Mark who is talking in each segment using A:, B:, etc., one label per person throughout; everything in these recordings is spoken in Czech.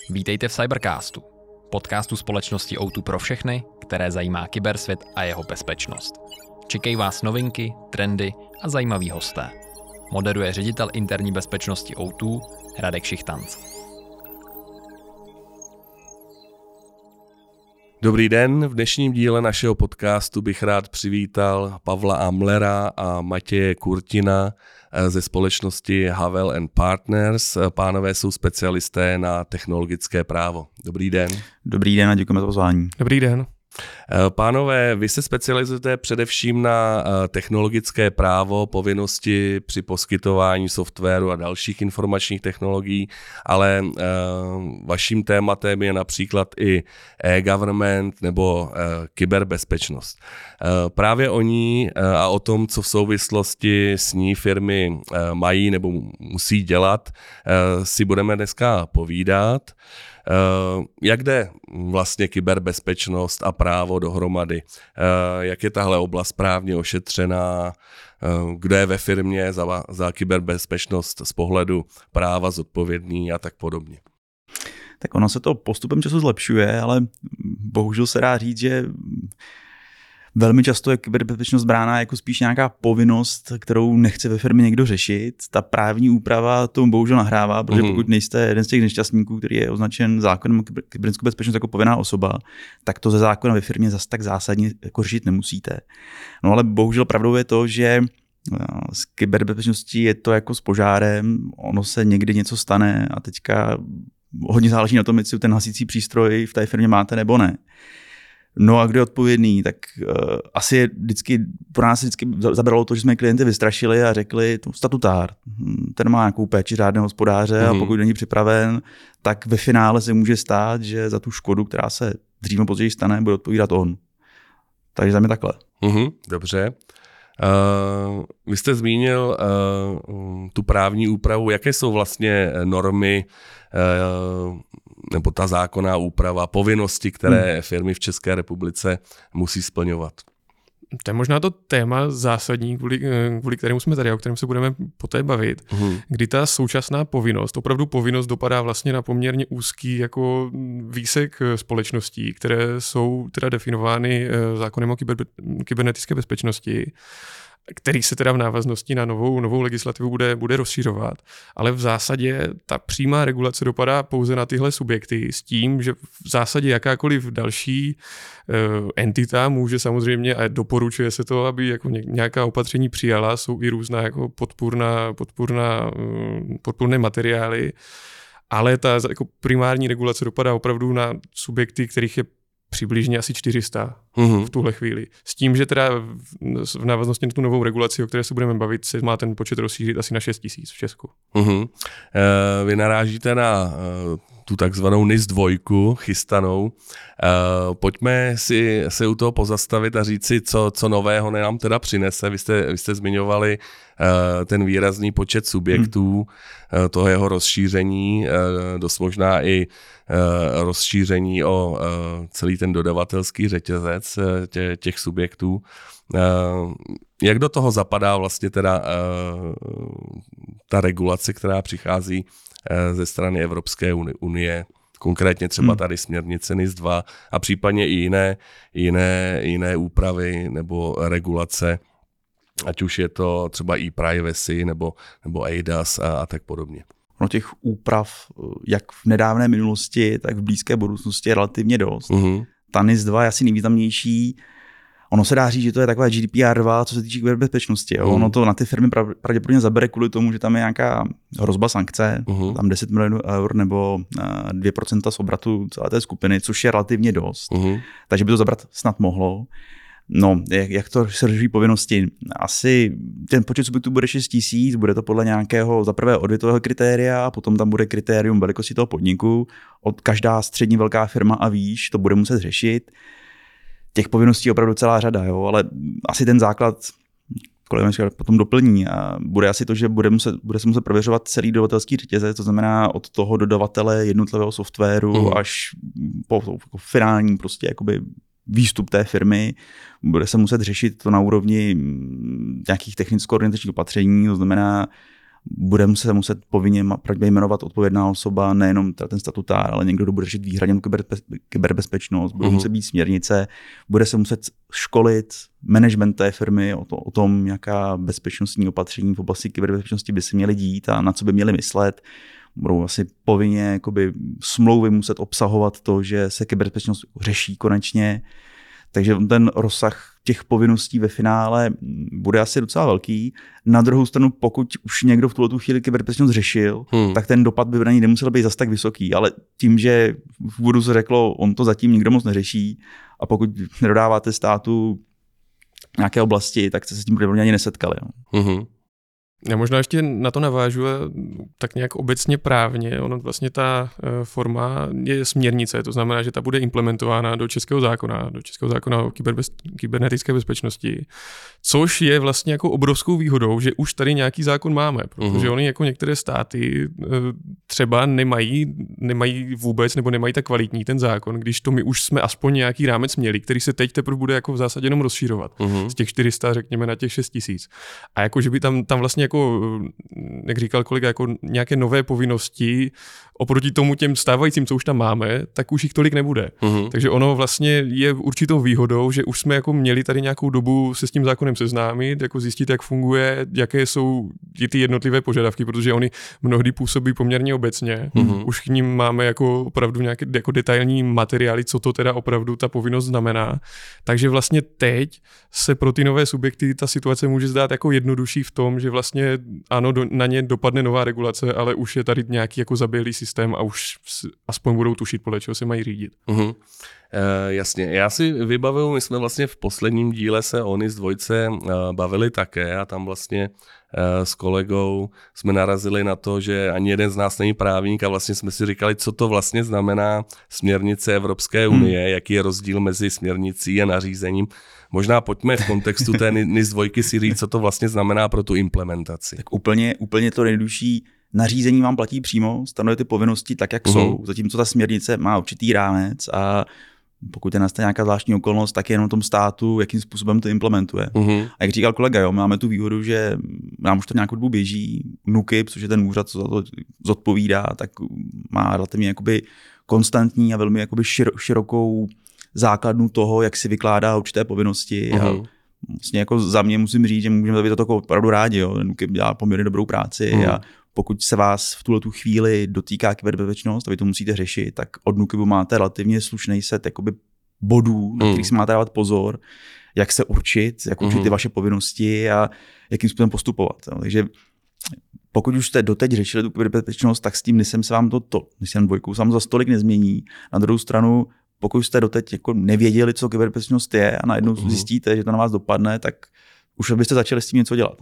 A: Vítejte v Cybercastu, podcastu společnosti O2 pro všechny, které zajímá kybersvět a jeho bezpečnost. Čekají vás novinky, trendy a zajímaví hosté. Moderuje ředitel interní bezpečnosti O2 Radek Šichtanc.
B: Dobrý den, v dnešním díle našeho podcastu bych rád přivítal Pavla Amlera a Matěje Kurtina ze společnosti Havel & Partners. Pánové jsou specialisté na technologické právo. Dobrý den.
C: Dobrý den a děkujeme za pozvání.
D: Dobrý den.
B: Pánové, vy se specializujete především na technologické právo, povinnosti při poskytování softwaru a dalších informačních technologií, ale vaším tématem je například i e-government nebo kyberbezpečnost. Právě o ní a o tom, co v souvislosti s ní firmy mají nebo musí dělat, si budeme dneska povídat. Jak jde vlastně kyberbezpečnost a právo dohromady? Jak je tahle oblast právně ošetřená? Kdo je ve firmě za kyberbezpečnost z pohledu práva zodpovědný a tak podobně?
C: Tak ono se to postupem času zlepšuje, ale bohužel se dá říct, že velmi často je kyberbezpečnost brána jako spíš nějaká povinnost, kterou nechce ve firmě někdo řešit. Ta právní úprava tomu bohužel nahrává, protože pokud nejste jeden z těch nešťastníků, který je označen zákonem o kybernetickou bezpečnost jako povinná osoba, tak to ze zákona ve firmě zase tak zásadně jako řešit nemusíte. No ale bohužel pravdou je to, že s kyberbezpečností je to jako s požárem, ono se někdy něco stane a teďka hodně záleží na tom, jestli ten hasící přístroj v té firmě máte nebo ne. No a kdo je odpovědný, tak asi je vždycky, pro nás vždycky zabralo to, že jsme klienty vystrašili a řekli, to statutár, ten má nějakou péči řádného hospodáře a pokud není připraven, tak ve finále se může stát, že za tu škodu, která se dříve později stane, bude odpovídat on. Takže za mě takhle.
B: Dobře. Vy jste zmínil tu právní úpravu. Jaké jsou vlastně normy nebo ta zákonná úprava, povinnosti, které firmy v České republice musí splňovat?
D: To je možná to téma zásadní, kvůli kterému jsme tady, o kterém se budeme poté bavit, kdy ta současná povinnost, opravdu povinnost dopadá vlastně na poměrně úzký jako výsek společností, které jsou teda definovány zákonem o kybernetické bezpečnosti, který se teda v návaznosti na novou legislativu bude rozšiřovat. Ale v zásadě ta přímá regulace dopadá pouze na tyhle subjekty s tím, že v zásadě jakákoliv další entita může samozřejmě, a doporučuje se to, aby jako nějaká opatření přijala, jsou i různá jako podpůrné materiály, ale ta jako primární regulace dopadá opravdu na subjekty, kterých je přibližně asi 400 v tuhle chvíli. S tím, že teda v návaznosti na tu novou regulaci, o které se budeme bavit, se má ten počet rozšířit asi na 6 000 v Česku.
B: Vy narážíte na tu takzvanou NIS 2 chystanou. Pojďme si se u toho pozastavit a říct si, co nového nám teda přinese. Vy jste zmiňovali ten výrazný počet subjektů, toho jeho rozšíření, dost možná i rozšíření o celý ten dodavatelský řetězec těch subjektů. Jak do toho zapadá vlastně teda ta regulace, která přichází ze strany Evropské unie, konkrétně třeba tady směrnice NIS 2 a případně i jiné úpravy nebo regulace, ať už je to třeba e-privacy nebo eIDAS a tak podobně.
C: No těch úprav, jak v nedávné minulosti, tak v blízké budoucnosti je relativně dost. Ta NIS 2 je asi nejvýznamnější. Ono se dá říct, že to je takové GDPR 2, co se týče kyberbezpečnosti. Ono to na ty firmy pravděpodobně zabere kvůli tomu, že tam je nějaká hrozba sankce, tam 10 milionů eur nebo 2% z obratu celé té skupiny, což je relativně dost. Takže by to zabrat snad mohlo. No, jak to se řeší povinnosti? Asi ten počet subjektů bude 6 000, bude to podle nějakého zaprvé odvětového kritéria, a potom tam bude kritérium velikosti toho podniku. Od každá střední velká firma a výš to bude muset řešit. Těch povinností je opravdu celá řada, jo, ale asi ten základ, kolega potom doplní, a bude asi to, že bude se muset prověřovat celý dodavatelský řetězec, to znamená od toho dodavatele jednotlivého softwaru až po finální prostě jakoby výstup té firmy. Bude se muset řešit to na úrovni nějakých technicko-organizačních opatření, to znamená bude se muset povinně jmenovat odpovědná osoba, nejenom ten statutár, ale někdo, kdo bude řešit výhradně kyberbezpečnost, budou muset být směrnice, bude se muset školit management té firmy o tom, jaká bezpečnostní opatření v oblasti kyberbezpečnosti by se měly dít a na co by měli myslet. Budou asi povinně jakoby smlouvy muset obsahovat to, že se kyberbezpečnost řeší konečně. Takže ten rozsah těch povinností ve finále bude asi docela velký. Na druhou stranu, pokud už někdo v tuto chvíli kyberbezpečnost řešil, tak ten dopad by na ní nemusel být zas tak vysoký. Ale tím, že v úvodu se řeklo, on to zatím nikdo moc neřeší a pokud nedodáváte státu nějaké oblasti, tak jste se s tím pravděpodobně ani nesetkali.
D: Já možná ještě na to navážu a tak nějak obecně právně. Ono vlastně ta forma je směrnice, to znamená, že ta bude implementována do českého zákona o kybernetické bezpečnosti, což je vlastně jako obrovskou výhodou, že už tady nějaký zákon máme, protože oni jako některé státy třeba nemají vůbec nebo nemají tak kvalitní ten zákon, když to my už jsme aspoň nějaký rámec měli, který se teď teprve bude jako v zásadě jenom rozšířovat. Z těch 400 řekněme na těch 6000. A jako, že by tam vlastně jako, jak říkal kolega, jako nějaké nové povinnosti oproti tomu těm stávajícím, co už tam máme, tak už jich tolik nebude. Takže ono vlastně je určitou výhodou, že už jsme jako měli tady nějakou dobu se s tím zákonem seznámit, jako zjistit, jak funguje, jaké jsou ty jednotlivé požadavky, protože oni mnohdy působí poměrně obecně. Už k ním máme jako opravdu nějaké jako detailní materiály, co to teda opravdu ta povinnost znamená. Takže vlastně teď se pro ty nové subjekty ta situace může zdát jako jednodušší v tom, že vlastně ano, na ně dopadne nová regulace, ale už je tady nějaký jako zaběhlý systém a už aspoň budou tušit, podle čeho se mají řídit.
B: Jasně, já si vybavuju, my jsme vlastně v posledním díle se o NIS 2 bavili také a tam vlastně s kolegou jsme narazili na to, že ani jeden z nás není právník a vlastně jsme si říkali, co to vlastně znamená směrnice Evropské unie, jaký je rozdíl mezi směrnicí a nařízením. Možná pojďme v kontextu té NIS 2 si říct, co to vlastně znamená pro tu implementaci.
C: Tak úplně to nejjednodušší. Nařízení vám platí přímo, stanovuje ty povinnosti tak, jak jsou, zatímco ta směrnice má určitý rámec a pokud je nastane nějaká zvláštní okolnost, tak je jenom tom státu, jakým způsobem to implementuje. A jak říkal kolega, jo, máme tu výhodu, že nám už to nějakou dobu běží, NÚKIB, což je ten úřad, co za to zodpovídá, tak má relativně jakoby konstantní a velmi jakoby širokou základnu toho, jak si vykládá určité povinnosti. A vlastně jako za mě musím říct, že můžeme být to opravdu rádi. Jo. NÚKIB dělá poměrně dobrou práci a pokud se vás v tuhle chvíli dotýká kyberbezpečnost a vy to musíte řešit, tak od NÚKIBu máte relativně slušný set jakoby bodů, na kterých si máte dávat pozor, jak se určit, jak určit ty vaše povinnosti a jakým způsobem postupovat. Jo. Takže pokud už jste doteď řešili tu kyberbezpečnost, tak s tím NISem se vám NISem 2 se vám za stolik nezmění. Na druhou stranu, pokud jste doteď jako nevěděli, co kyberbezpečnost je a najednou zjistíte, že to na vás dopadne, tak už byste začali s tím něco dělat.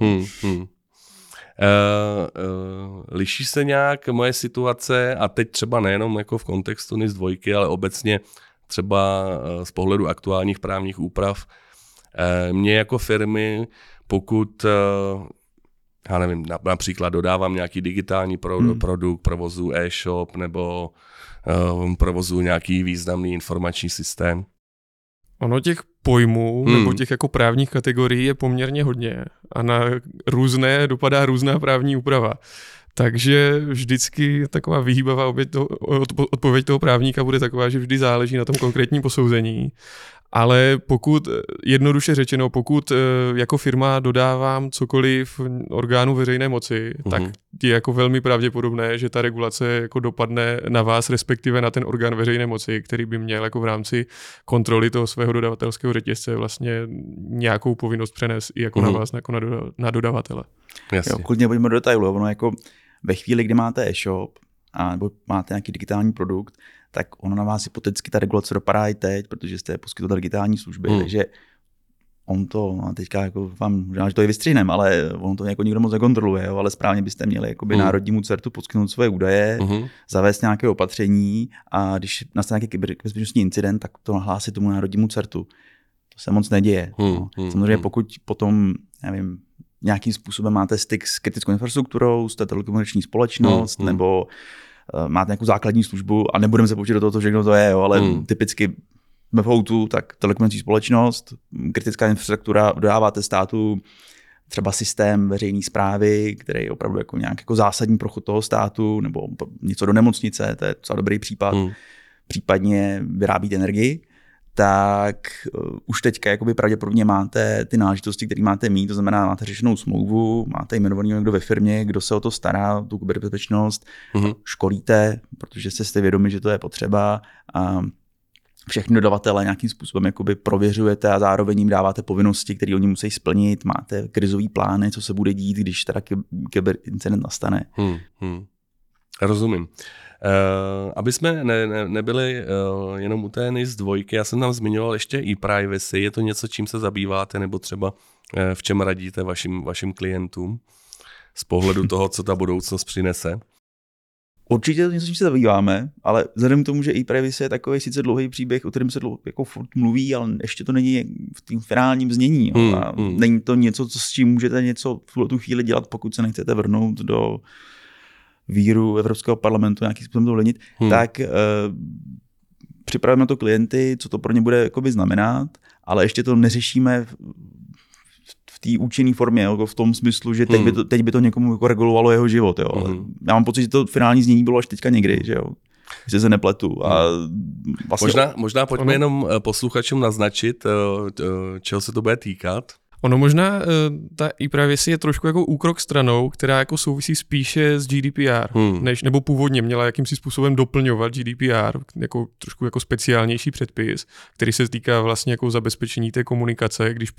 B: Liší se nějak moje situace a teď třeba nejenom jako v kontextu NIS 2, ale obecně třeba z pohledu aktuálních právních úprav. Mě jako firmy, pokud já nevím, například dodávám nějaký digitální produkt, provozu e-shop nebo provozu nějaký významný informační systém.
D: Ono těch pojmů nebo těch jako právních kategorií je poměrně hodně a na různé dopadá různá právní úprava. Takže vždycky taková vyhýbavá odpověď toho právníka bude taková, že vždy záleží na tom konkrétním posouzení. Ale pokud, jednoduše řečeno, pokud jako firma dodávám cokoliv orgánu veřejné moci, tak je jako velmi pravděpodobné, že ta regulace jako dopadne na vás, respektive na ten orgán veřejné moci, který by měl jako v rámci kontroly toho svého dodavatelského řetězce vlastně nějakou povinnost přenést i jako na vás, jako na dodavatele.
C: Jo, klidně pojďme do detailu. Ono jako ve chvíli, kdy máte e-shop a nebo máte nějaký digitální produkt, tak ono na vás hypoteticky ta regulace dopadá i teď, protože jste poskytoval digitální služby, takže on to, teďka jako vám možná, že to i vystřihnem, ale on to jako nikdo moc nekontroluje, jo, ale správně byste měli jakoby národnímu CERTu poskytnout svoje údaje, zavést nějaké opatření a když nastane nějaký kyberbezpečnostní incident, tak to nahlásit tomu národnímu CERTu. To se moc neděje. Samozřejmě pokud potom, nevím, nějakým způsobem máte styk s kritickou infrastrukturou, jste telekomunikační společnost, nebo máte nějakou základní službu a nebudeme se poučit do toho, co všechno to je, jo, ale typicky v O2, tak telekomunikační společnost, kritická infrastruktura, dodáváte státu třeba systém veřejné správy, který je opravdu jako nějak jako zásadní pro chod toho státu, nebo něco do nemocnice, to je docela dobrý případ, případně vyrábít energii, tak už teďka jakoby pravděpodobně máte ty náležitosti, které máte mít, to znamená, máte řešenou smlouvu, máte jmenovaný někdo ve firmě, kdo se o to stará, tu kyberbezpečnost, školíte, protože jste vědomi, že to je potřeba, a všechny dodavatele nějakým způsobem jakoby prověřujete a zároveň jim dáváte povinnosti, které oni musí splnit, máte krizový plány, co se bude dít, když teda kyberincident nastane.
B: Rozumím. Aby jsme nebyli jenom u té NIS 2, já jsem tam zmiňoval ještě e-privacy, je to něco, čím se zabýváte, nebo třeba v čem radíte vašim klientům z pohledu toho, co ta budoucnost přinese?
C: Určitě to něco, čím se zabýváme, ale vzhledem k tomu, že e-privacy je takový sice dlouhý příběh, o kterém se jako furt mluví, ale ještě to není v tom finálním znění. A není to něco, s čím můžete něco v tu chvíli dělat, pokud se nechcete vrhnout do víru Evropského parlamentu, nějakým způsobem to vlnit, tak připravíme to klienty, co to pro ně bude jakoby znamenat, ale ještě to neřešíme v té účinné formě, jako v tom smyslu, že teď by to někomu jako regulovalo jeho život. Jo. Já mám pocit, že to finální znění bylo až teďka někdy, že jo. Že se nepletu. A vlastně
B: možná pojďme jenom posluchačům naznačit, čeho se to bude týkat.
D: Ono možná, ta e-privacy je trošku jako úkrok stranou, která jako souvisí spíše s GDPR, nebo původně měla jakýmsi způsobem doplňovat GDPR, jako trošku jako speciálnější předpis, který se týká vlastně jako zabezpečení té komunikace, když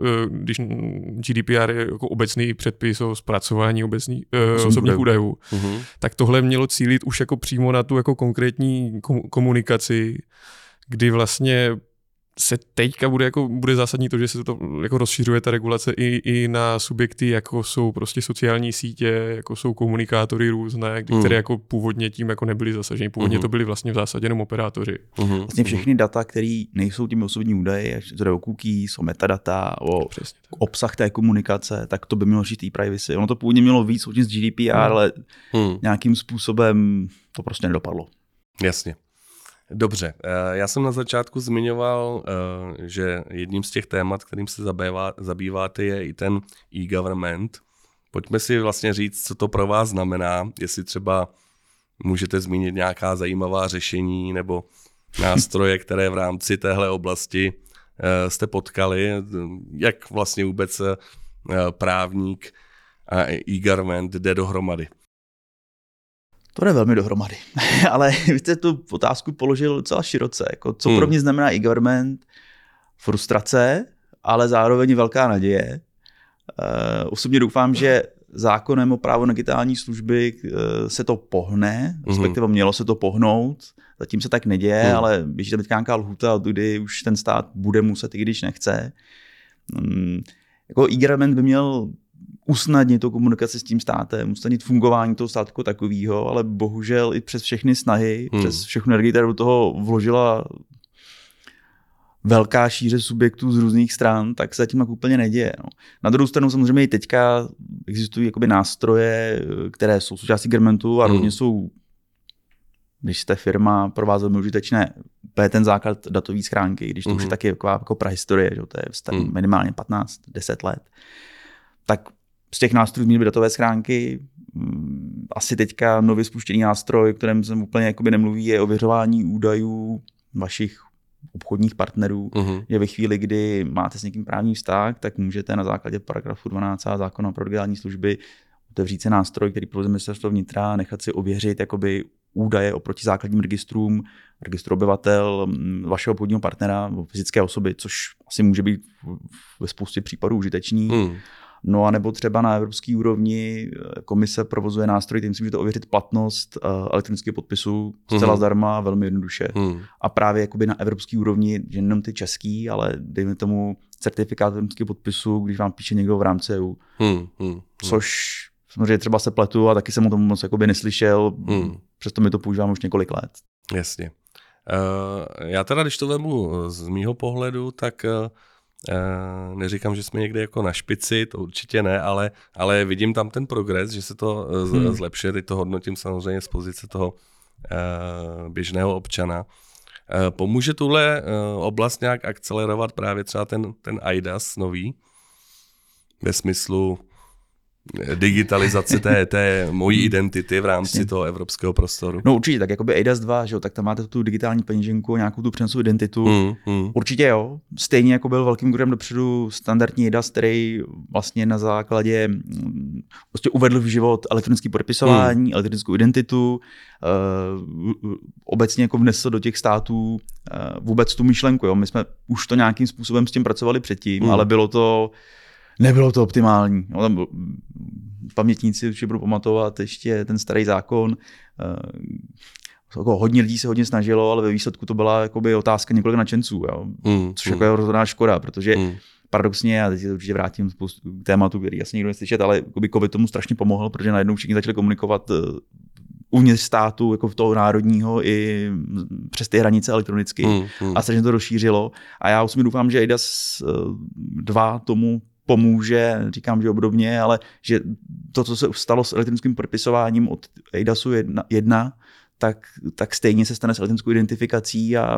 D: GDPR je jako obecný předpis o zpracování osobních údajů, tak tohle mělo cílit už jako přímo na tu jako konkrétní komunikaci, kdy vlastně se teďka bude zásadní to, že se to jako rozšiřuje ta regulace i na subjekty, jako jsou prostě sociální sítě, jako jsou komunikátory různé, které jako původně tím jako nebyly zasaženy. Původně to byly vlastně v zásadě jenom operátoři.
C: Vlastně všechny data, které nejsou těmi osobní údaji, až o cookies, o metadata, o obsah té komunikace, tak to by mělo řešit e-privacy. Ono to původně mělo víc z GDPR, ale nějakým způsobem to prostě nedopadlo.
B: Jasně. Dobře, já jsem na začátku zmiňoval, že jedním z těch témat, kterým se zabýváte, je i ten e-government. Pojďme si vlastně říct, co to pro vás znamená, jestli třeba můžete zmínit nějaká zajímavá řešení nebo nástroje, které v rámci téhle oblasti jste potkali, jak vlastně vůbec právník a e-government jde dohromady.
C: To jde velmi dohromady, ale vy jste tu otázku položil docela široce. Jako, co pro mě znamená e-government? Frustrace, ale zároveň velká naděje. Osobně doufám, že zákonem o právu na digitální služby se to pohne, respektive mělo se to pohnout. Zatím se tak neděje, ale běží tam nějaká lhůta, kdy už ten stát bude muset, i když nechce. Jako e-government by měl usnadnit tu komunikaci s tím státem, usnadnit fungování toho státu jako takového, ale bohužel i přes všechny snahy, přes všechnu energii, která do toho vložila velká šíře subjektů z různých stran, tak se tím tak úplně neděje. No. Na druhou stranu samozřejmě i teďka existují jakoby nástroje, které jsou součástí governmentu a rovně jsou, když jste firma, pro vás velmi užitečné, ten základ datové schránky, když to už je taky jako prahistorie, že to je minimálně 15-10 let, tak z těch nástrojů měly by datové schránky. Asi teďka nově spuštěný nástroj, o kterém jsem úplně jakoby nemluví, je ověřování údajů vašich obchodních partnerů, že ve chvíli, kdy máte s někým právní vztah, tak můžete na základě paragrafu 12 zákona pro digitální služby otevřít si nástroj, který provozuje ministerstvo vnitra, nechat si ověřit jakoby údaje oproti základním registrům, registru obyvatel, vašeho obchodního partnera, fyzické osoby, což asi může být ve spoustě případů užitečný. No a nebo třeba na evropské úrovni komise provozuje nástroj, kterým si můžete ověřit platnost elektronického podpisu zcela zdarma, velmi jednoduše. A právě jakoby na evropské úrovni, že jenom ty český, ale dejme tomu certifikát elektronického podpisu, když vám píše někdo v rámci EU. Což samozřejmě třeba se pletu a taky jsem o tom moc jakoby neslyšel, přesto mi to používám už několik let.
B: Jasně. Já teda, když to vemu z mýho pohledu, tak neříkám, že jsme někde jako na špici, to určitě ne, ale vidím tam ten progres, že se to zlepšuje, teď to hodnotím samozřejmě z pozice toho běžného občana. Pomůže tuhle oblast nějak akcelerovat právě třeba ten eIDAS nový? ve smyslu digitalizace té mojí identity v rámci toho evropského prostoru.
C: No určitě, tak jako by eIDAS 2, že jo, tak tam máte tu digitální peněženku, nějakou tu přenosovou identitu. Určitě jo. Stejně jako byl velkým krokem dopředu standardní eIDAS, který vlastně na základě prostě uvedl v život elektronické podepisování, elektronickou identitu, obecně jako vnesl do těch států vůbec tu myšlenku. Jo. My jsme už to nějakým způsobem s tím pracovali předtím, ale nebylo to optimální. No, tam pamětníci určitě budou pamatovat ještě ten starý zákon. Hodně lidí se hodně snažilo, ale ve výsledku to byla jakoby otázka několika nadšenců. Což jako je rozhodná škoda, protože paradoxně, já teď se určitě vrátím k tématu, který asi nikdo neslyšet, ale COVID tomu strašně pomohl, protože najednou všichni začali komunikovat uvnitř státu, jako v toho národního, i přes ty hranice elektronicky. A strašně to rozšířilo. A já osobně doufám, že eIDAS 2 tomu pomůže, říkám, že obdobně, ale že to, co se stalo s elektronickým podepisováním od eIDASu 1, tak stejně se stane s elektronickou identifikací a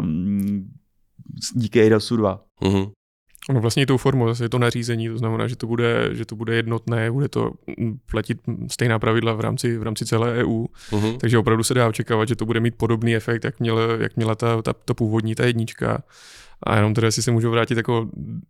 C: díky eIDASu 2.
D: No vlastně i tou formou, zase je to nařízení, to znamená, že to bude jednotné, bude to platit stejná pravidla v rámci celé EU, takže opravdu se dá očekávat, že to bude mít podobný efekt, jak měla ta původní, ta jednička. A jenom teda, jestli se můžu vrátit jako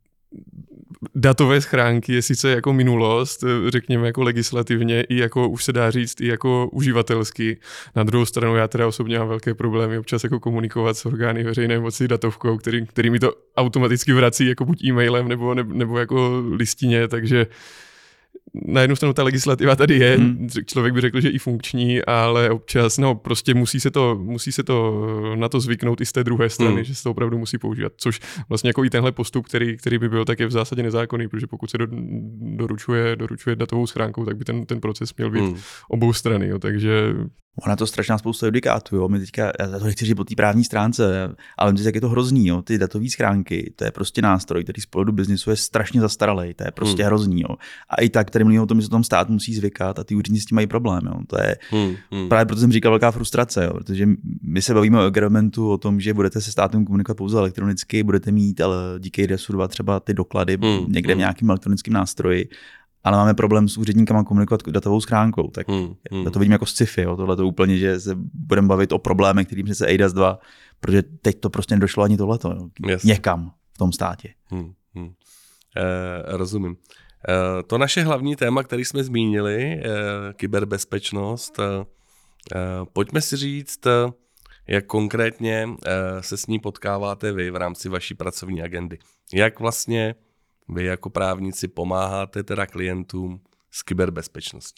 D: datové schránky je sice jako minulost, řekněme jako legislativně, i jako už se dá říct, i jako uživatelsky. Na druhou stranu já teda osobně mám velké problémy občas jako komunikovat s orgány veřejné moci datovkou, který mi to automaticky vrací jako buď e-mailem nebo jako listině, takže na jednu stranu ta legislativa tady je, člověk by řekl, že i funkční, ale občas, prostě musí se to na to zvyknout i z té druhé strany, že se to opravdu musí používat, což vlastně jako i tenhle postup, který by byl, tak je v zásadě nezákonný, protože pokud se doručuje datovou schránkou, tak by ten proces měl být obou strany, jo, takže...
C: Ona to strašná spousta judikátů, jo. My teďka, já to nechci říct po té právní stránce, ale myslím, jak je to hrozný, jo. Ty datové schránky, to je prostě nástroj, který z pohledu biznisu je strašně zastaralej, to je prostě hrozný, jo. A i tak tady mluvím o tom, že se tam stát musí zvykat a ty úředníci s tím mají problém, jo. To je právě proto jsem říkal velká frustrace, jo, protože my se bavíme o agreementu, o tom, že budete se státem komunikovat pouze elektronicky, budete mít ale díky eIDASu 2 třeba ty doklady někde v nějakém elektronickém nástroji. Ale máme problém s úředníkama komunikovat datovou schránkou, tak já to vidím jako sci-fi, jo, tohle to úplně, že se budeme bavit o problémech, kterým přece eIDAS 2, protože teď to prostě nedošlo ani tohleto, jo, někam v tom státě.
B: Rozumím. To naše hlavní téma, který jsme zmínili, kyberbezpečnost, pojďme si říct, jak konkrétně se s ní potkáváte vy v rámci vaší pracovní agendy. Jak vlastně vy jako právníci pomáháte teda klientům s kyberbezpečností?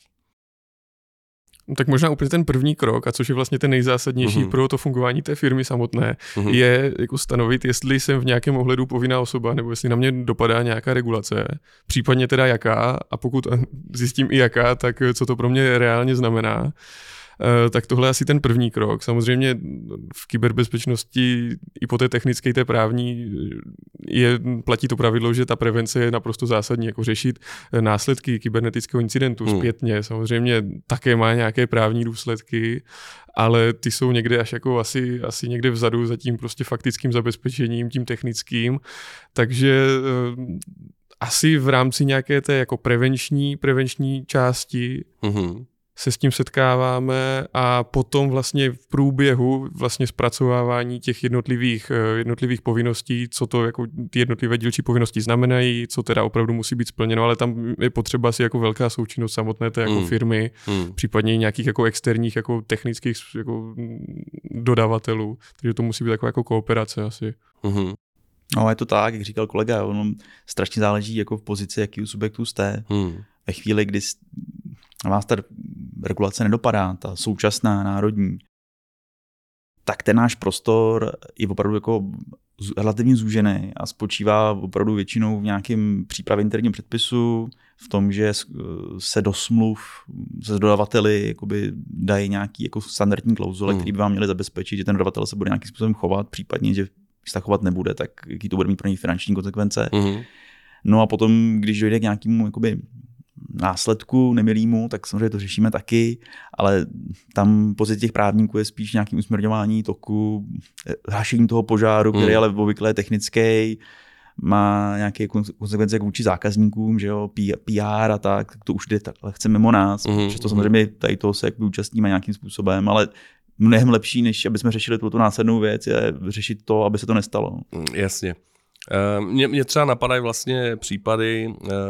D: Tak možná úplně ten první krok, a což je vlastně ten nejzásadnější pro to fungování té firmy samotné, je jako stanovit, jestli jsem v nějakém ohledu povinná osoba, nebo jestli na mě dopadá nějaká regulace, případně teda jaká, a pokud zjistím i jaká, tak co to pro mě reálně znamená. Tak tohle je asi ten první krok. Samozřejmě v kyberbezpečnosti i po té technické, té právní platí to pravidlo, že ta prevence je naprosto zásadní, jako řešit následky kybernetického incidentu zpětně. Samozřejmě také má nějaké právní důsledky, ale ty jsou někde až jako asi někde vzadu za tím prostě faktickým zabezpečením, tím technickým. Takže asi v rámci nějaké té jako prevenční části se s tím setkáváme a potom vlastně v průběhu vlastně zpracovávání těch jednotlivých povinností, co to jako ty jednotlivé dílčí povinnosti znamenají, co teda opravdu musí být splněno, ale tam je potřeba si jako velká součinnost samotné té jako firmy, případně i nějakých jako externích jako technických jako dodavatelů, takže to musí být taková jako kooperace asi.
C: No, je to tak, jak říkal kolega, ono strašně záleží jako v pozici, jaký subjektu jste. Ve chvíli, kdy na vás ta regulace nedopadá, ta současná, národní, tak ten náš prostor je opravdu jako relativně zúžený a spočívá opravdu většinou v nějakém přípravě interního předpisu, v tom, že se do smluv se dodavateli jakoby dají nějaký jako standardní klauzule, které by vám měly zabezpečit, že ten dodavatel se bude nějakým způsobem chovat, případně, že se tak chovat nebude, tak jaký to bude mít pro něj finanční konsekvence. No a potom, když dojde k nějakému jakoby následku nemilýmu, tak samozřejmě to řešíme taky, ale tam pozice těch právníků je spíš nějakým usměrňování toku, hašení toho požáru, který ale obvykle je technický, má nějaké konsekvence vůči zákazníkům, že jo, PR a tak to už jde lehce mimo nás. Přesto samozřejmě tady toho se účastníme nějakým způsobem, ale mnohem lepší, než aby jsme řešili tuto následnou věc, je řešit to, aby se to nestalo.
B: Jasně. Mě třeba napadají vlastně případy,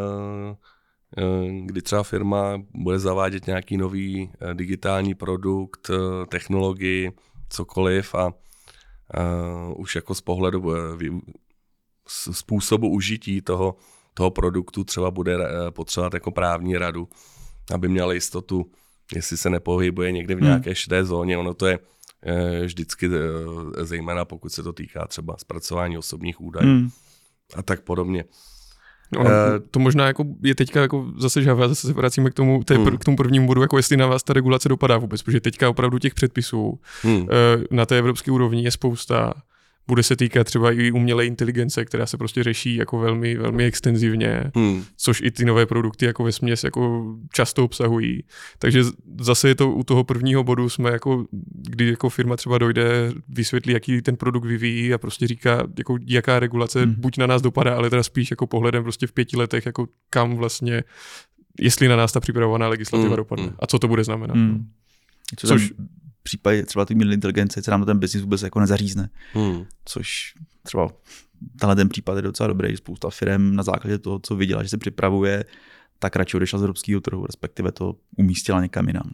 B: kdy třeba firma bude zavádět nějaký nový digitální produkt, technologii, cokoliv a už jako z pohledu způsobu užití toho produktu třeba bude potřebovat jako právní radu, aby měla jistotu, jestli se nepohybuje někde v nějaké šedé zóně. Ono to je vždycky, zejména pokud se to týká třeba zpracování osobních údajů a tak podobně.
D: To možná jako je teďka jako zase žhavé, a zase se vracíme k tomu prvnímu bodu, jako jestli na vás ta regulace dopadá vůbec, protože teďka opravdu těch předpisů na té evropské úrovni je spousta. Bude se týkat třeba i umělé inteligence, která se prostě řeší jako velmi, velmi extenzivně, což i ty nové produkty jako vesměs jako často obsahují. Takže zase je to u toho prvního bodu jsme jako, kdy jako firma třeba dojde, vysvětlí, jaký ten produkt vyvíjí a prostě říká, jako jaká regulace buď na nás dopadá, ale teda spíš jako pohledem prostě v 5 letech, jako kam vlastně, jestli na nás ta připravovaná legislativa dopadne a co to bude znamenat.
C: Což v případě třeba té umělé inteligence se nám ten biznis vůbec jako nezařízne. Což třeba tenhle ten případ je docela dobrý, že spousta firem na základě toho, co viděla, že se připravuje, tak radši odešla z evropského trhu, respektive to umístila někam jinam.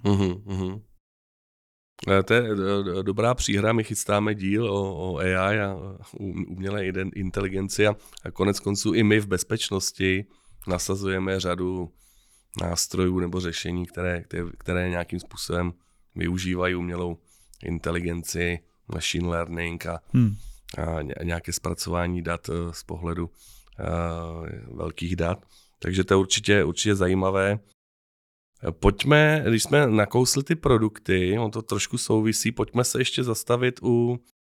B: To je dobrá příhra, my chystáme díl o AI a umělé inteligenci a konec konců i my v bezpečnosti nasazujeme řadu nástrojů nebo řešení, které nějakým způsobem využívají umělou inteligenci, machine learning a nějaké zpracování dat z pohledu velkých dat. Takže to je určitě zajímavé. Pojďme, když jsme nakousli ty produkty, on to trošku souvisí, pojďme se ještě zastavit u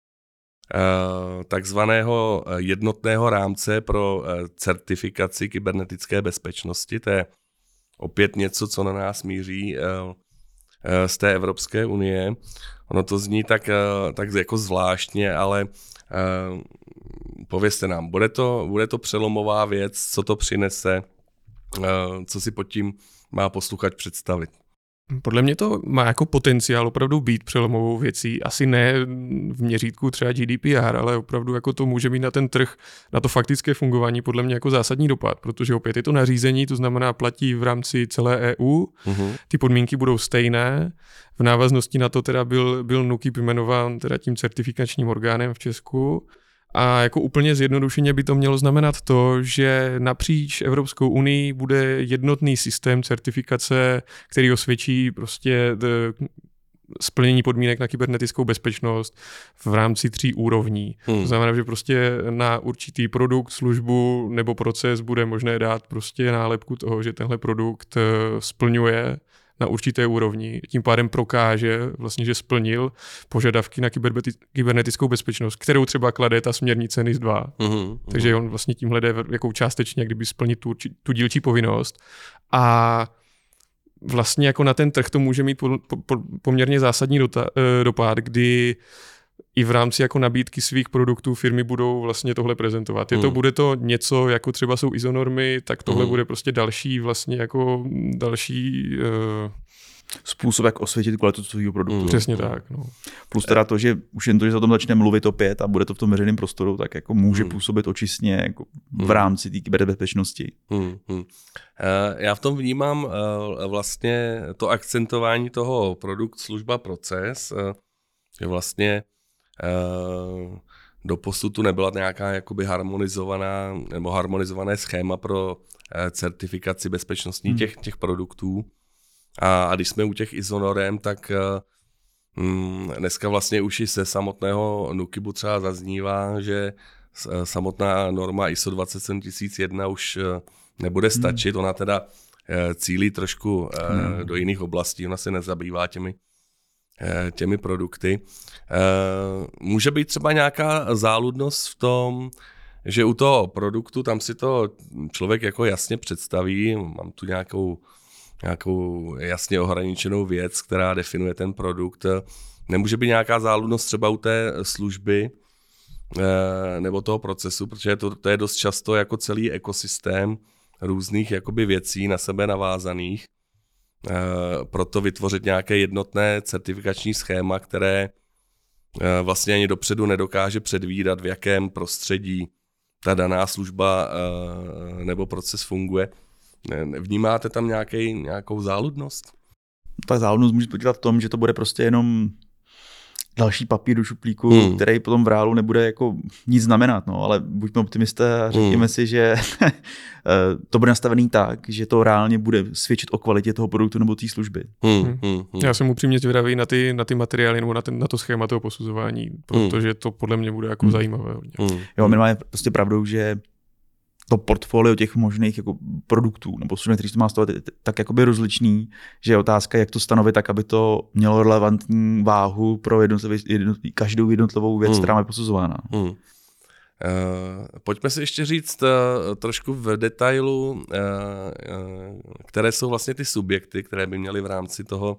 B: takzvaného jednotného rámce pro certifikaci kybernetické bezpečnosti. To je opět něco, co na nás míří z té Evropské unie. Ono to zní tak jako zvláštně, ale povězte nám, bude to přelomová věc, co to přinese, co si pod tím má posluchač představit?
D: Podle mě to má jako potenciál opravdu být přelomovou věcí, asi ne v měřítku třeba GDPR, ale opravdu jako to může mít na ten trh, na to faktické fungování podle mě jako zásadní dopad, protože opět je to nařízení, to znamená platí v rámci celé EU, ty podmínky budou stejné, v návaznosti na to teda byl NÚKIB jmenován teda tím certifikačním orgánem v Česku. A jako úplně zjednodušeně by to mělo znamenat to, že napříč Evropskou unii bude jednotný systém certifikace, který osvědčí prostě splnění podmínek na kybernetickou bezpečnost v rámci 3 úrovní. To znamená, že prostě na určitý produkt, službu nebo proces bude možné dát prostě nálepku toho, že tenhle produkt splňuje na určité úrovni, tím pádem prokáže vlastně, že splnil požadavky na kybernetickou bezpečnost, kterou třeba klade ta směrnice NIS 2. Takže on vlastně tímhle jde jako částečně, kdyby splnit tu dílčí povinnost. A vlastně jako na ten trh to může mít poměrně zásadní dopad, kdy i v rámci jako nabídky svých produktů firmy budou vlastně tohle prezentovat. Bude to něco, jako třeba jsou ISO normy, tak tohle bude prostě další
C: způsob, jak osvětit kvalitu svého produktu.
D: Přesně tak. No.
C: Plus teda to, že už jen to, že se o tom začne mluvit opět a bude to v tom veřejném prostoru, tak jako může působit očistně jako v rámci té kyberbezpečnosti.
B: Já v tom vnímám vlastně to akcentování toho produkt, služba, proces, že vlastně doposud tu nebyla nějaká jakoby harmonizované schéma pro certifikaci bezpečnostní těch produktů. A když jsme u těch ISO norem, tak dneska vlastně už i ze samotného NÚKIBu třeba zaznívá, že samotná norma ISO 27001 už nebude stačit. Ona teda cílí trošku do jiných oblastí, ona se nezabývá těmi produkty. Může být třeba nějaká záludnost v tom, že u toho produktu tam si to člověk jako jasně představí, mám tu nějakou jasně ohraničenou věc, která definuje ten produkt. Nemůže být nějaká záludnost třeba u té služby, nebo toho procesu, protože to je dost často jako celý ekosystém různých jakoby věcí na sebe navázaných. Proto vytvořit nějaké jednotné certifikační schéma, které vlastně ani dopředu nedokáže předvídat, v jakém prostředí ta daná služba nebo proces funguje. Vnímáte tam nějakou záludnost?
C: Ta záludnost může spočívat v tom, že to bude prostě jenom další papír do šuplíku, který potom v reálu nebude jako nic znamenat, no, ale buďme optimisté a řekněme si, že to bude nastavený tak, že to reálně bude svědčit o kvalitě toho produktu nebo té služby.
D: Já jsem upřímně zvědavý na ty materiály nebo na to schéma toho posuzování, protože to podle mě bude jako zajímavé.
C: Jo, minimálně prostě pravdou, že to portfolio těch možných jako produktů nebo služeb, který to má stavit, tak jakoby rozličný, že je otázka, jak to stanovit tak, aby to mělo relevantní váhu pro každou jednotlivou věc, která je posuzována.
B: Pojďme si ještě říct trošku v detailu, které jsou vlastně ty subjekty, které by měly v rámci toho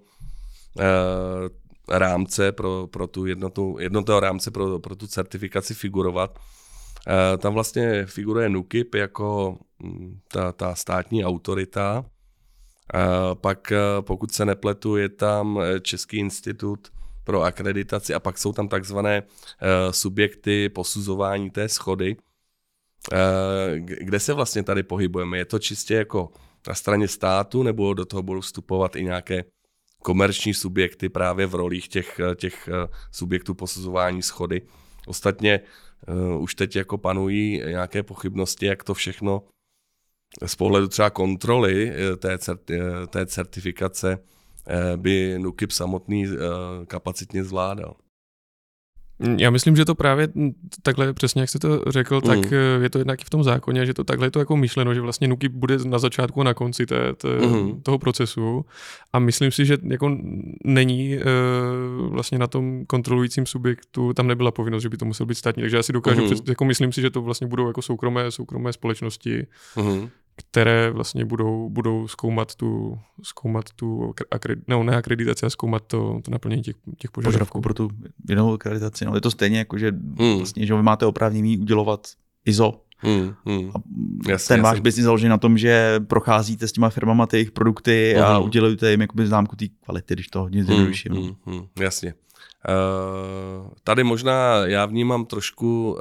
B: rámce pro tu jednotného rámce pro tu certifikaci figurovat. Tam vlastně figuruje NÚKIB jako ta státní autorita. Pak, pokud se nepletu, je tam Český institut pro akreditaci a pak jsou tam takzvané subjekty posuzování té shody. Kde se vlastně tady pohybujeme? Je to čistě jako na straně státu, nebo do toho budou vstupovat i nějaké komerční subjekty právě v rolích těch subjektů posuzování shody? Ostatně už teď jako panují nějaké pochybnosti, jak to všechno z pohledu třeba kontroly té certifikace by NÚKIB samotný kapacitně zvládal.
D: Já myslím, že to právě takhle přesně, jak jste to řekl, tak je to jednak i v tom zákoně, že to takhle je to jako myšleno, že vlastně NÚKIB bude na začátku a na konci toho procesu a myslím si, že jako není vlastně na tom kontrolujícím subjektu, tam nebyla povinnost, že by to musel být státní, takže já si dokážu, jako myslím si, že to vlastně budou jako soukromé společnosti, které vlastně budou zkoumat tu akreditaci a zkoumat to naplnění těch požadavků.
C: Pro tu jinou akreditaci. No, je to stejně jako, že vlastně, že vy máte oprávnění udělovat ISO. Ten váš biznis založený na tom, že procházíte s těma firmama ty jejich produkty a udělujete jim jakoby známku té kvality, když to hodně zjednoduším.
B: Jasně. Tady možná já vnímám trošku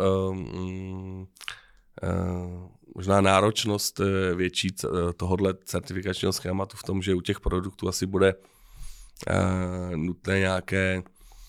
B: možná náročnost větší tohohle certifikačního schématu v tom, že u těch produktů asi bude nutné nějaké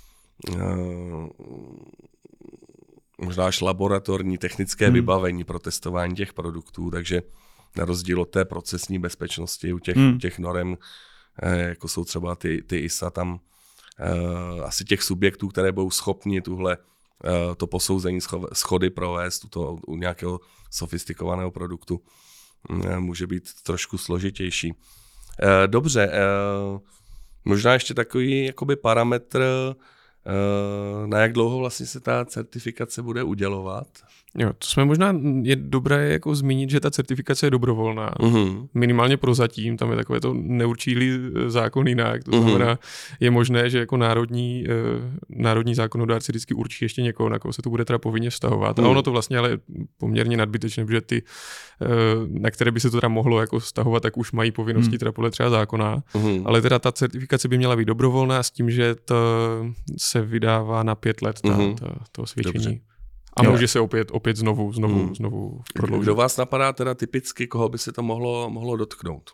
B: možná až laboratorní technické vybavení pro testování těch produktů, takže na rozdíl od té procesní bezpečnosti u těch norem, jako jsou třeba ty ISA, tam asi těch subjektů, které budou schopni to posouzení shody provést u nějakého sofistikovaného produktu, může být trošku složitější. Dobře, možná ještě takový jakoby parametr, na jak dlouho vlastně se ta certifikace bude udělovat?
D: Jo, to jsme možná, je dobré jako zmínit, že ta certifikace je dobrovolná. Minimálně prozatím, tam je takové to neurčilý zákon jinak. To znamená, je možné, že jako národní zákonodárci vždycky určí ještě někoho, na koho se to bude teda povinně vztahovat. A ono to vlastně ale poměrně nadbytečné, protože ty, na které by se to teda mohlo jako vztahovat, tak už mají povinnosti teda podle třeba zákona. Ale teda ta certifikace by měla být dobrovolná s tím, že to se vydává na 5 let to osvědčení. Dobře. A může se opět znovu prodloužit.
B: Kdo vás napadá teda typicky, koho by se to mohlo dotknout?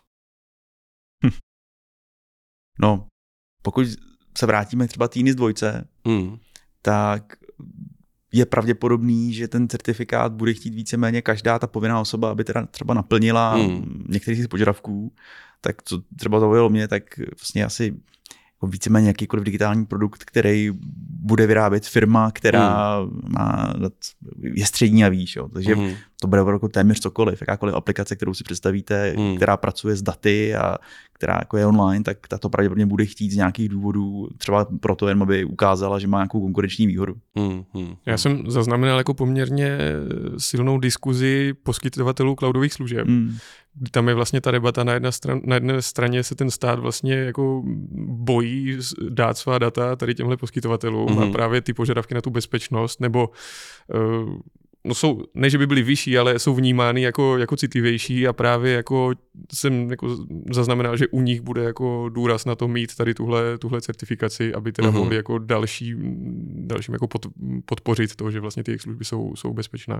C: No, pokud se vrátíme třeba k NIS 2, tak je pravděpodobný, že ten certifikát bude chtít víceméně každá ta povinná osoba, aby teda třeba naplnila některých z požadavků. Tak co třeba zaujalo mě, tak vlastně asi víceméně jakýkoliv digitální produkt, který bude vyrábět firma, která je střední a výš. Jo. Takže to bude jako téměř cokoliv, jakákoliv aplikace, kterou si představíte, která pracuje s daty a která jako je online, tak ta to pravděpodobně bude chtít z nějakých důvodů, třeba proto jen, aby ukázala, že má nějakou konkurenční výhodu.
D: Já jsem zaznamenal jako poměrně silnou diskuzi poskytovatelů cloudových služeb. Tam je vlastně ta debata, na jedné straně se ten stát vlastně jako bojí dát svá data tady těmhle poskytovatelům a právě ty požadavky na tu bezpečnost, nebo no jsou, ne, že by byly vyšší, ale jsou vnímány jako citlivější a právě jako jsem jako zaznamenal, že u nich bude jako důraz na to mít tady tuhle certifikaci, aby teda mohli jako dalším jako podpořit to, že vlastně ty jejich služby jsou bezpečné.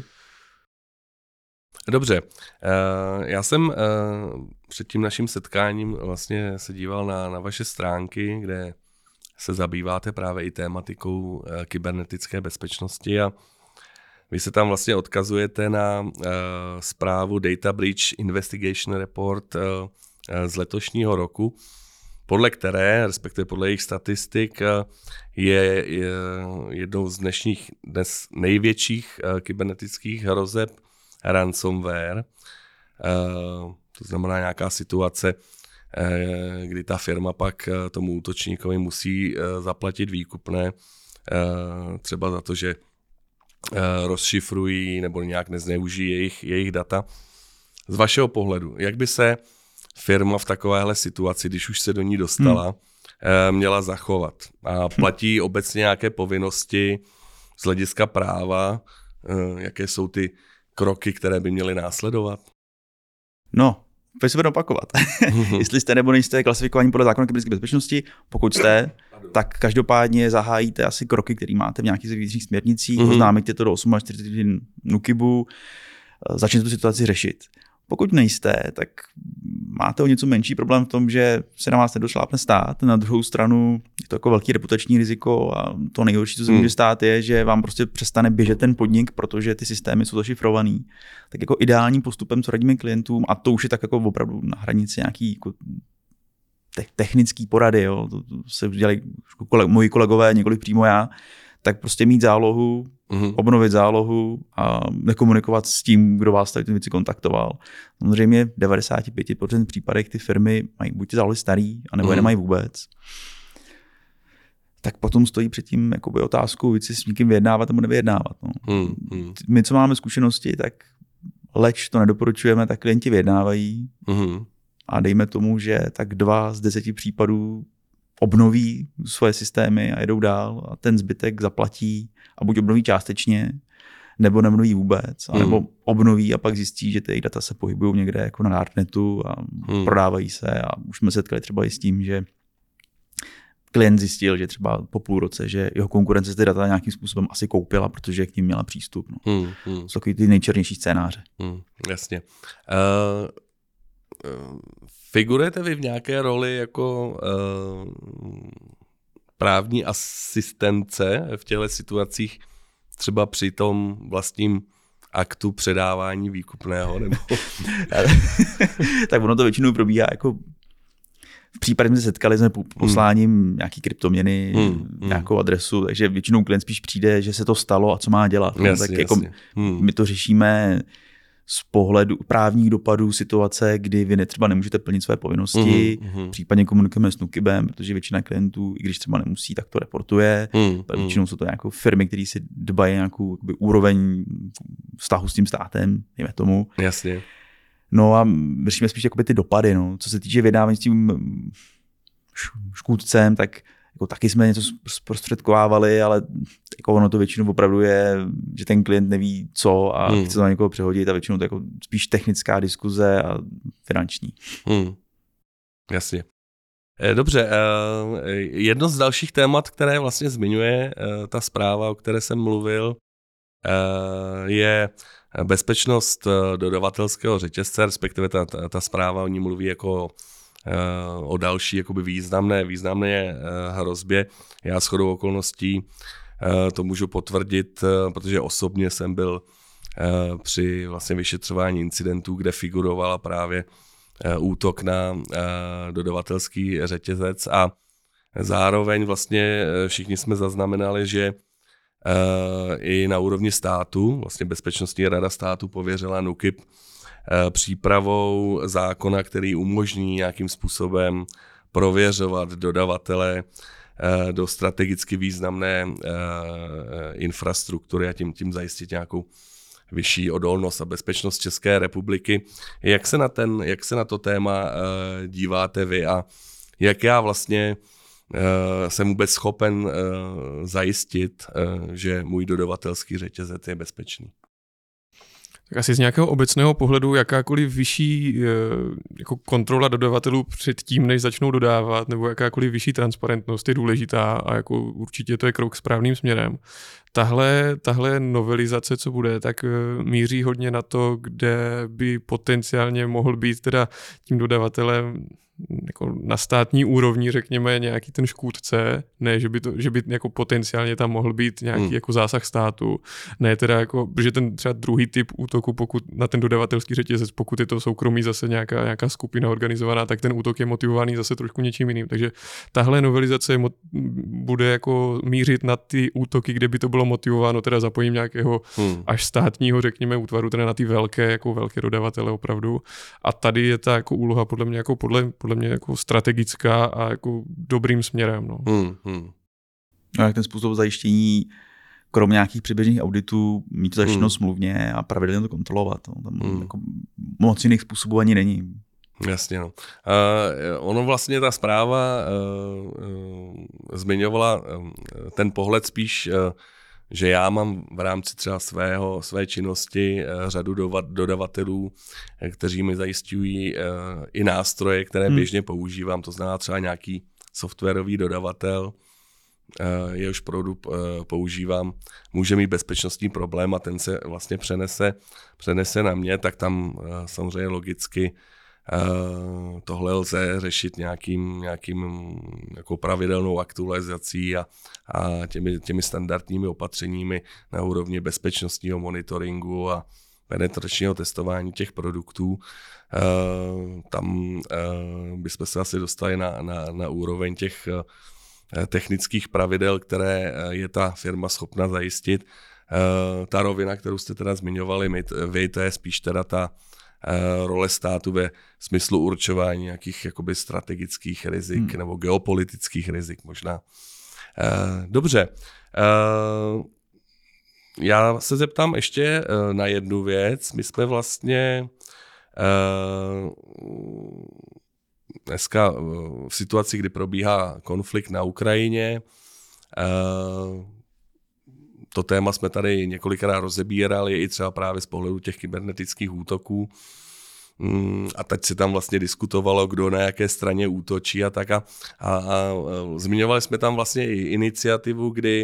B: Dobře, já jsem před tím naším setkáním vlastně se díval na vaše stránky, kde se zabýváte právě i tématikou kybernetické bezpečnosti a vy se tam vlastně odkazujete na zprávu Data Breach Investigation Report z letošního roku, podle které, respektive podle jejich statistik, je jednou z dnes největších kybernetických hrozeb ransomware. To znamená nějaká situace, kdy ta firma pak tomu útočníkovi musí zaplatit výkupné, třeba za to, že rozšifrují nebo nějak nezneužijí jejich data. Z vašeho pohledu, jak by se firma v takovéhle situaci, když už se do ní dostala, měla zachovat? A platí obecně nějaké povinnosti z hlediska práva? Jaké jsou ty kroky, které by měly následovat?
C: No, pojď se budeme opakovat. Jestli jste nebo nejste klasifikovaní podle zákona kybernetické bezpečnosti, pokud jste, tak každopádně zahájíte asi kroky, které máte v nějakých vnitřních směrnicích, oznámíte to do 48 hodin NÚKIBu, začněte tu situaci řešit. Pokud nejste, tak máte o něco menší problém v tom, že se na vás nedošlápne stát. Na druhou stranu je to jako velký reputační riziko a to nejhorší, co se může stát, je, že vám prostě přestane běžet ten podnik, protože ty systémy jsou zašifrovaný. Tak jako ideálním postupem, co radíme klientům, a to už je tak jako opravdu na hranici nějaký jako technický porady, jo, to se dělají moji kolegové, několik přímo já, tak prostě mít zálohu, obnovit zálohu a nekomunikovat s tím, kdo vás tady ty věci kontaktoval. Samozřejmě v 95% případech ty firmy mají buď ty zálohy starý, anebo je nemají vůbec. Tak potom stojí před tím jakoby otázkou, víc si s někým vyjednávat nebo nevyjednávat. No. My, co máme zkušenosti, tak leč to nedoporučujeme, tak klienti vyjednávají a dejme tomu, že tak 2 z 10 případů obnoví svoje systémy a jedou dál a ten zbytek zaplatí a buď obnoví částečně, nebo neobnoví vůbec, anebo obnoví a pak zjistí, že ty data se pohybují někde jako na darknetu a prodávají se a už jsme setkali třeba i s tím, že klient zjistil, že třeba po půl roce, že jeho konkurence ty data nějakým způsobem asi koupila, protože k ním měla přístup. No. Jsou takový ty nejčernější scénáře.
B: Jasně. Figurujete vy v nějaké roli jako právní asistence v těchto situacích, třeba při tom vlastním aktu předávání výkupného? Nebo...
C: Tak ono to většinou probíhá jako v případě, jsme se setkali jsme posláním nějaký kryptoměny, nějakou adresu, takže většinou klient spíš přijde, že se to stalo a co má dělat.
B: Jasně,
C: tak jako my to řešíme z pohledu právních dopadů situace, kdy vy třeba nemůžete plnit své povinnosti, případně komunikujeme s NÚKIBem, protože většina klientů, i když třeba nemusí, tak to reportuje. Většinou jsou to nějaké firmy, které si dbají nějakou úroveň vztahu s tím státem, dejme tomu.
B: Jasně.
C: No a řešíme spíš jakoby ty dopady. No. Co se týče vydávání s tím škůdcem, tak jako taky jsme něco zprostředkovávali, ale jako ono to většinou opravdu je, že ten klient neví co a chce to na někoho přehodit a většinou to jako spíš technická diskuze a finanční.
B: Jasně. Dobře, jedno z dalších témat, které vlastně zmiňuje ta zpráva, o které jsem mluvil, je bezpečnost dodavatelského řetězce, respektive ta zpráva o ní mluví jako o další jakoby významné hrozbě. Já shodou okolností to můžu potvrdit, protože osobně jsem byl při vlastně vyšetřování incidentů, kde figurovala právě útok na dodavatelský řetězec a zároveň vlastně všichni jsme zaznamenali, že i na úrovni státu, vlastně Bezpečnostní rada státu pověřila NÚKIB přípravou zákona, který umožní nějakým způsobem prověřovat dodavatele do strategicky významné infrastruktury a tím zajistit nějakou vyšší odolnost a bezpečnost České republiky. Jak se na to téma díváte vy a jak já vlastně jsem vůbec schopen zajistit, že můj dodavatelský řetězec je bezpečný?
D: Tak asi z nějakého obecného pohledu jakákoliv vyšší jako kontrola dodavatelů před tím, než začnou dodávat, nebo jakákoliv vyšší transparentnost je důležitá a jako určitě to je krok správným směrem. Tahle novelizace, co bude, tak míří hodně na to, kde by potenciálně mohl být teda tím dodavatelem jako na státní úrovni, řekněme, nějaký ten škůdce, ne, že by jako potenciálně tam mohl být nějaký jako zásah státu, ne teda jako, protože ten třeba druhý typ útoku, pokud na ten dodavatelský řetězec, pokud je to soukromí zase nějaká skupina organizovaná, tak ten útok je motivovaný zase trošku něčím jiným. Takže tahle novelizace bude jako mířit na ty útoky, kde by to bylo motivováno teda zapojením nějakého až státního, řekněme, útvaru, teda na ty velké dodavatele opravdu. A tady je ta jako úloha podle mě jako strategická a jako dobrým směrem. No.
C: No, jak ten způsob zajištění, kromě nějakých předběžných auditů, mít to zajištěno smluvně a pravidelně to kontrolovat. No. Tam jako moc jiných způsobů ani není.
B: Jasně, no. Ono vlastně ta zpráva zmiňovala ten pohled spíš, že já mám v rámci třeba své činnosti řadu dodavatelů, kteří mi zajišťují i nástroje, které běžně používám, to znamená třeba nějaký softwarový dodavatel, jehož produkt používám, může mít bezpečnostní problém a ten se vlastně přenese na mě, tak tam samozřejmě logicky tohle lze řešit nějakým jako pravidelnou aktualizací a těmi standardními opatřeními na úrovni bezpečnostního monitoringu a penetračního testování těch produktů. Tam bychom se asi dostali na úroveň těch technických pravidel, které je ta firma schopna zajistit. Ta rovina, kterou jste teda zmiňovali vy, to je spíš teda ta role státu ve smyslu určování nějakých jakoby strategických rizik nebo geopolitických rizik možná. Dobře. Já se zeptám ještě na jednu věc. My jsme vlastně dneska v situaci, kdy probíhá konflikt na Ukrajině. To téma jsme tady několikrát rozebírali i třeba právě z pohledu těch kybernetických útoků. A teď se tam vlastně diskutovalo, kdo na jaké straně útočí a tak. A zmiňovali jsme tam vlastně i iniciativu, kdy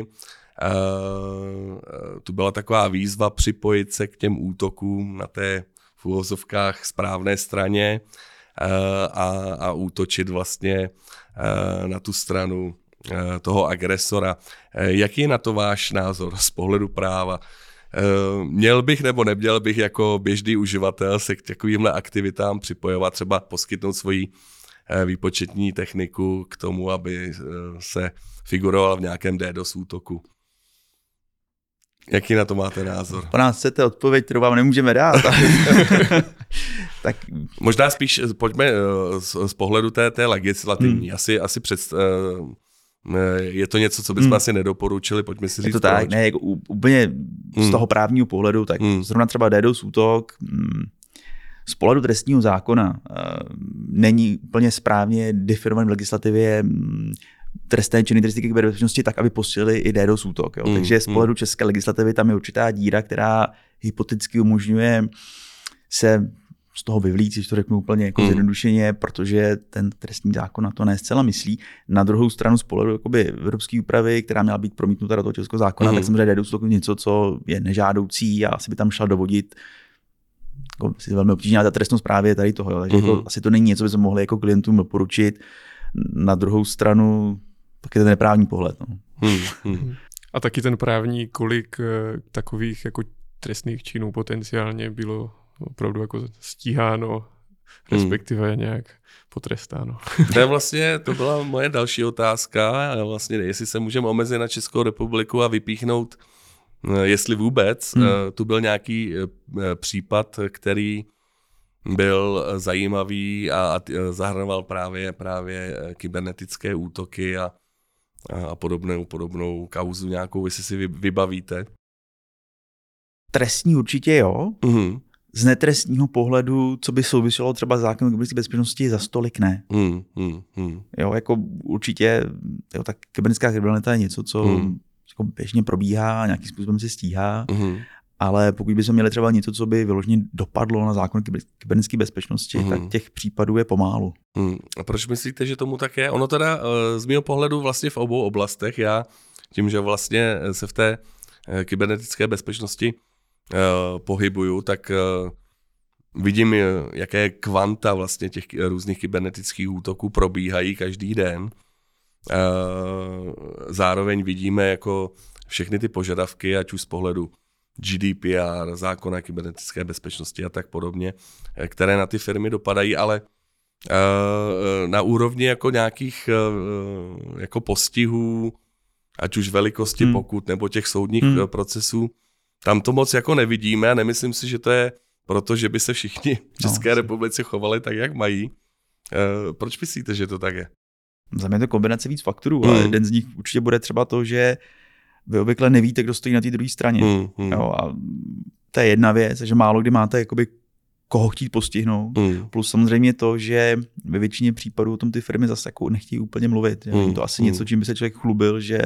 B: tu byla taková výzva připojit se k těm útokům na té v uvozovkách správné straně a útočit vlastně na tu stranu toho agresora. Jaký je na to váš názor z pohledu práva? Měl bych nebo neměl bych jako běžný uživatel se k takovýmhle aktivitám připojovat, třeba poskytnout svoji výpočetní techniku k tomu, aby se figuroval v nějakém DDoS útoku? Jaký na to máte názor?
C: Po nás chcete odpověď, kterou vám nemůžeme dát. Tak...
B: Možná spíš pojďme z pohledu té legislativní. Asi je to něco, co bychom asi nedoporučili, pojďme si říct.
C: Je to tak, ne, jako úplně z toho právního pohledu, tak zrovna třeba DDoS útok z pohledu trestního zákona není úplně správně definovaný v legislativě trestné činy trestné bezpečnosti tak, aby posílili i DDoS útok. Jo. Takže z pohledu české legislativy tam je určitá díra, která hypoteticky umožňuje se z toho vyvlít, když to řeknu úplně jako zjednodušeně, protože ten trestní zákon na to ne zcela myslí. Na druhou stranu z pohledu jakoby evropské úpravy, která měla být promítnuta do toho českého zákona, tak samozřejmě DDoS útok něco, co je nežádoucí a asi by tam šla dovodit jako si velmi obtížná ta trestnost právě tady toho. Jo. Takže jako, asi to není něco, by jsme mohli jako klientům doporučit. Na druhou stranu tak je ten neprávní pohled. No.
D: A taky ten právní, kolik takových jako trestných činů potenciálně bylo opravdu jako stíháno respektive nějak potrestáno.
B: To byla moje další otázka, vlastně jestli se můžeme omezit na Českou republiku a vypíchnout, jestli vůbec, tu byl nějaký případ, který byl zajímavý a zahrnoval právě kybernetické útoky a podobnou kauzu nějakou, jestli si vybavíte.
C: Trestní určitě jo. Z netrestního pohledu, co by souviselo třeba s zákonem kybernetické bezpečnosti, za stolik ne. Jo, jako určitě, jo, tak kybernetická kriminalita je něco, co jako běžně probíhá, nějakým způsobem se stíhá, ale pokud bychom měli třeba něco, co by vyloženě dopadlo na zákon kybernetické bezpečnosti, tak těch případů je pomálu.
B: A proč myslíte, že tomu tak je? Ono teda z mého pohledu vlastně v obou oblastech, já tím, že vlastně se v té kybernetické bezpečnosti pohybuju, tak vidím, jaké kvanta vlastně těch různých kybernetických útoků probíhají každý den. Zároveň vidíme jako všechny ty požadavky, ať už z pohledu GDPR, zákona kybernetické bezpečnosti a tak podobně, které na ty firmy dopadají, ale na úrovni jako nějakých jako postihů, ať už velikosti pokut nebo těch soudních procesů, tam to moc jako nevidíme a nemyslím si, že to je proto, že by se všichni v České republice chovali tak, jak mají. Proč myslíte, že to tak je?
C: Za mě je to kombinace víc faktorů, ale jeden z nich určitě bude třeba to, že vy obvykle nevíte, kdo stojí na té druhé straně. Jo, a to je jedna věc, že málo kdy máte jakoby koho chtít postihnout. Plus samozřejmě to, že ve většině případů o tom ty firmy zase jako nechtějí úplně mluvit. Je to asi něco, čím by se člověk chlubil, že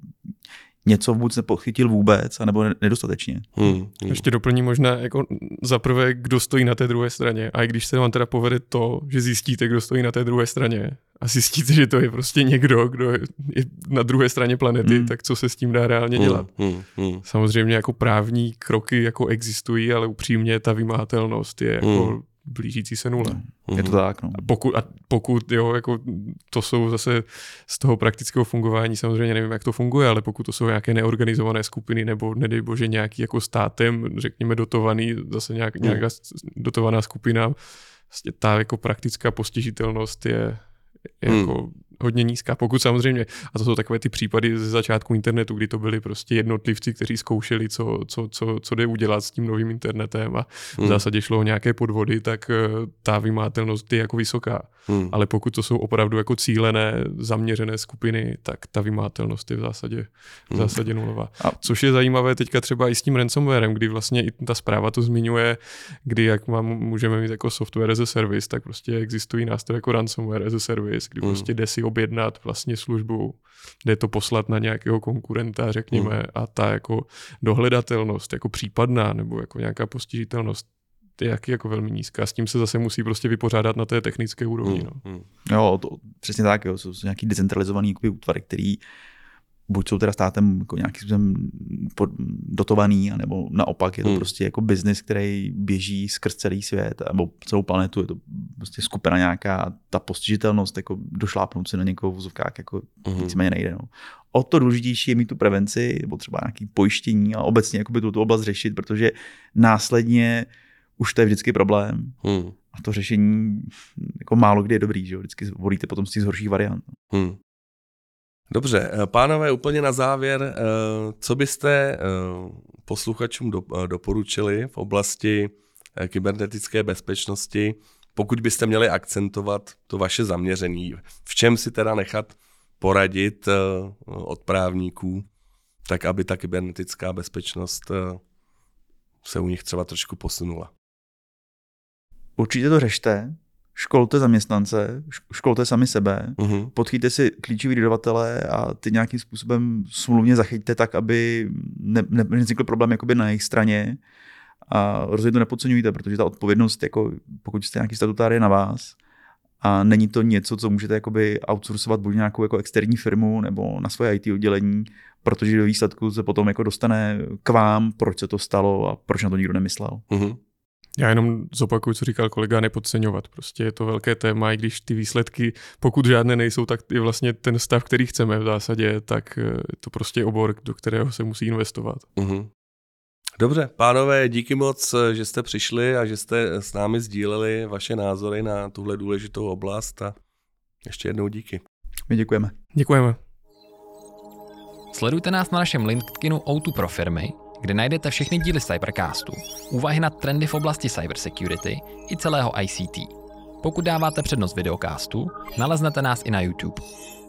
C: něco vůbec nepochytil vůbec, anebo nedostatečně.
D: Ještě doplním možná jako za prvé, kdo stojí na té druhé straně. A i když se vám teda povede to, že zjistíte, kdo stojí na té druhé straně a zjistíte, že to je prostě někdo, kdo je na druhé straně planety, tak co se s tím dá reálně dělat? Samozřejmě jako právní kroky jako existují, ale upřímně ta vymahatelnost je jako blížící se nule.
C: Je to tak, no.
D: Pokud jo, jako to jsou zase z toho praktického fungování, samozřejmě nevím, jak to funguje, ale pokud to jsou nějaké neorganizované skupiny nebo nedej bože nějaký jako státem, řekněme dotovaný, zase nějaká dotovaná skupina, vlastně ta jako praktická postižitelnost je jako hodně nízká. Pokud samozřejmě, a to jsou takové ty případy ze začátku internetu, kdy to byli prostě jednotlivci, kteří zkoušeli, co jde udělat s tím novým internetem a v zásadě šlo o nějaké podvody, tak ta vymahatelnost je jako vysoká. Ale pokud to jsou opravdu jako cílené, zaměřené skupiny, tak ta vymahatelnost je v zásadě nulová. Což je zajímavé teďka třeba i s tím ransomwarem, kdy vlastně i ta zpráva to zmiňuje, kdy jak můžeme mít jako software as a service, tak prostě existují nástroje jako ransomware as a service, kdy prostě jde si objednat vlastně službu, jde to poslat na nějakého konkurenta, řekněme, a ta jako dohledatelnost, jako případná, nebo jako nějaká postižitelnost je jako velmi nízká. S tím se zase musí prostě vypořádat na té technické úrovni.
C: Jo, to přesně tak, jo. Jsou nějaký decentralizovaný útvary, který buď jsou teda státem jako nějakým způsobem dotovaný, anebo naopak je to prostě jako biznis, který běží skrz celý svět, nebo celou planetu, je to prostě skupina nějaká, ta postižitelnost, jako došlápnout se na někoho v vozovkách, jako víceméně nejde. No. O to důležitější je mít tu prevenci, nebo třeba nějaký pojištění a obecně jakoby tu oblast řešit, protože následně už to je vždycky problém. A to řešení jako málo kdy je dobrý, že jo? Vždycky volíte potom z těch horších variant.
B: Dobře, pánové, úplně na závěr, co byste posluchačům doporučili v oblasti kybernetické bezpečnosti, pokud byste měli akcentovat to vaše zaměření, v čem si teda nechat poradit od právníků, tak aby ta kybernetická bezpečnost se u nich třeba trošku posunula?
C: Určitě to řešte, školte zaměstnance, školte sami sebe, podchyťte si klíčový dodavatele a ty nějakým způsobem smluvně zachyťte tak, aby nevznikl problém jakoby na jejich straně a rozhodně to nepodceňujte, protože ta odpovědnost, jako, pokud jste nějaký statutár, je na vás a není to něco, co můžete jakoby outsourcovat buď nějakou jako externí firmu nebo na svoje IT oddělení, protože do výsledku se potom jako dostane k vám, proč se to stalo a proč na to nikdo nemyslel.
D: Já jenom zopakuju, co říkal kolega, nepodceňovat. Prostě je to velké téma, i když ty výsledky, pokud žádné nejsou, tak je vlastně ten stav, který chceme v zásadě, tak je to prostě obor, do kterého se musí investovat.
B: Dobře, pánové, díky moc, že jste přišli a že jste s námi sdíleli vaše názory na tuhle důležitou oblast a ještě jednou díky.
C: My děkujeme.
D: Děkujeme.
A: Sledujte nás na našem LinkedInu O2 pro firmy, kde najdete všechny díly Cybercastu, úvahy na trendy v oblasti cybersecurity i celého ICT. Pokud dáváte přednost videocastu, naleznete nás i na YouTube.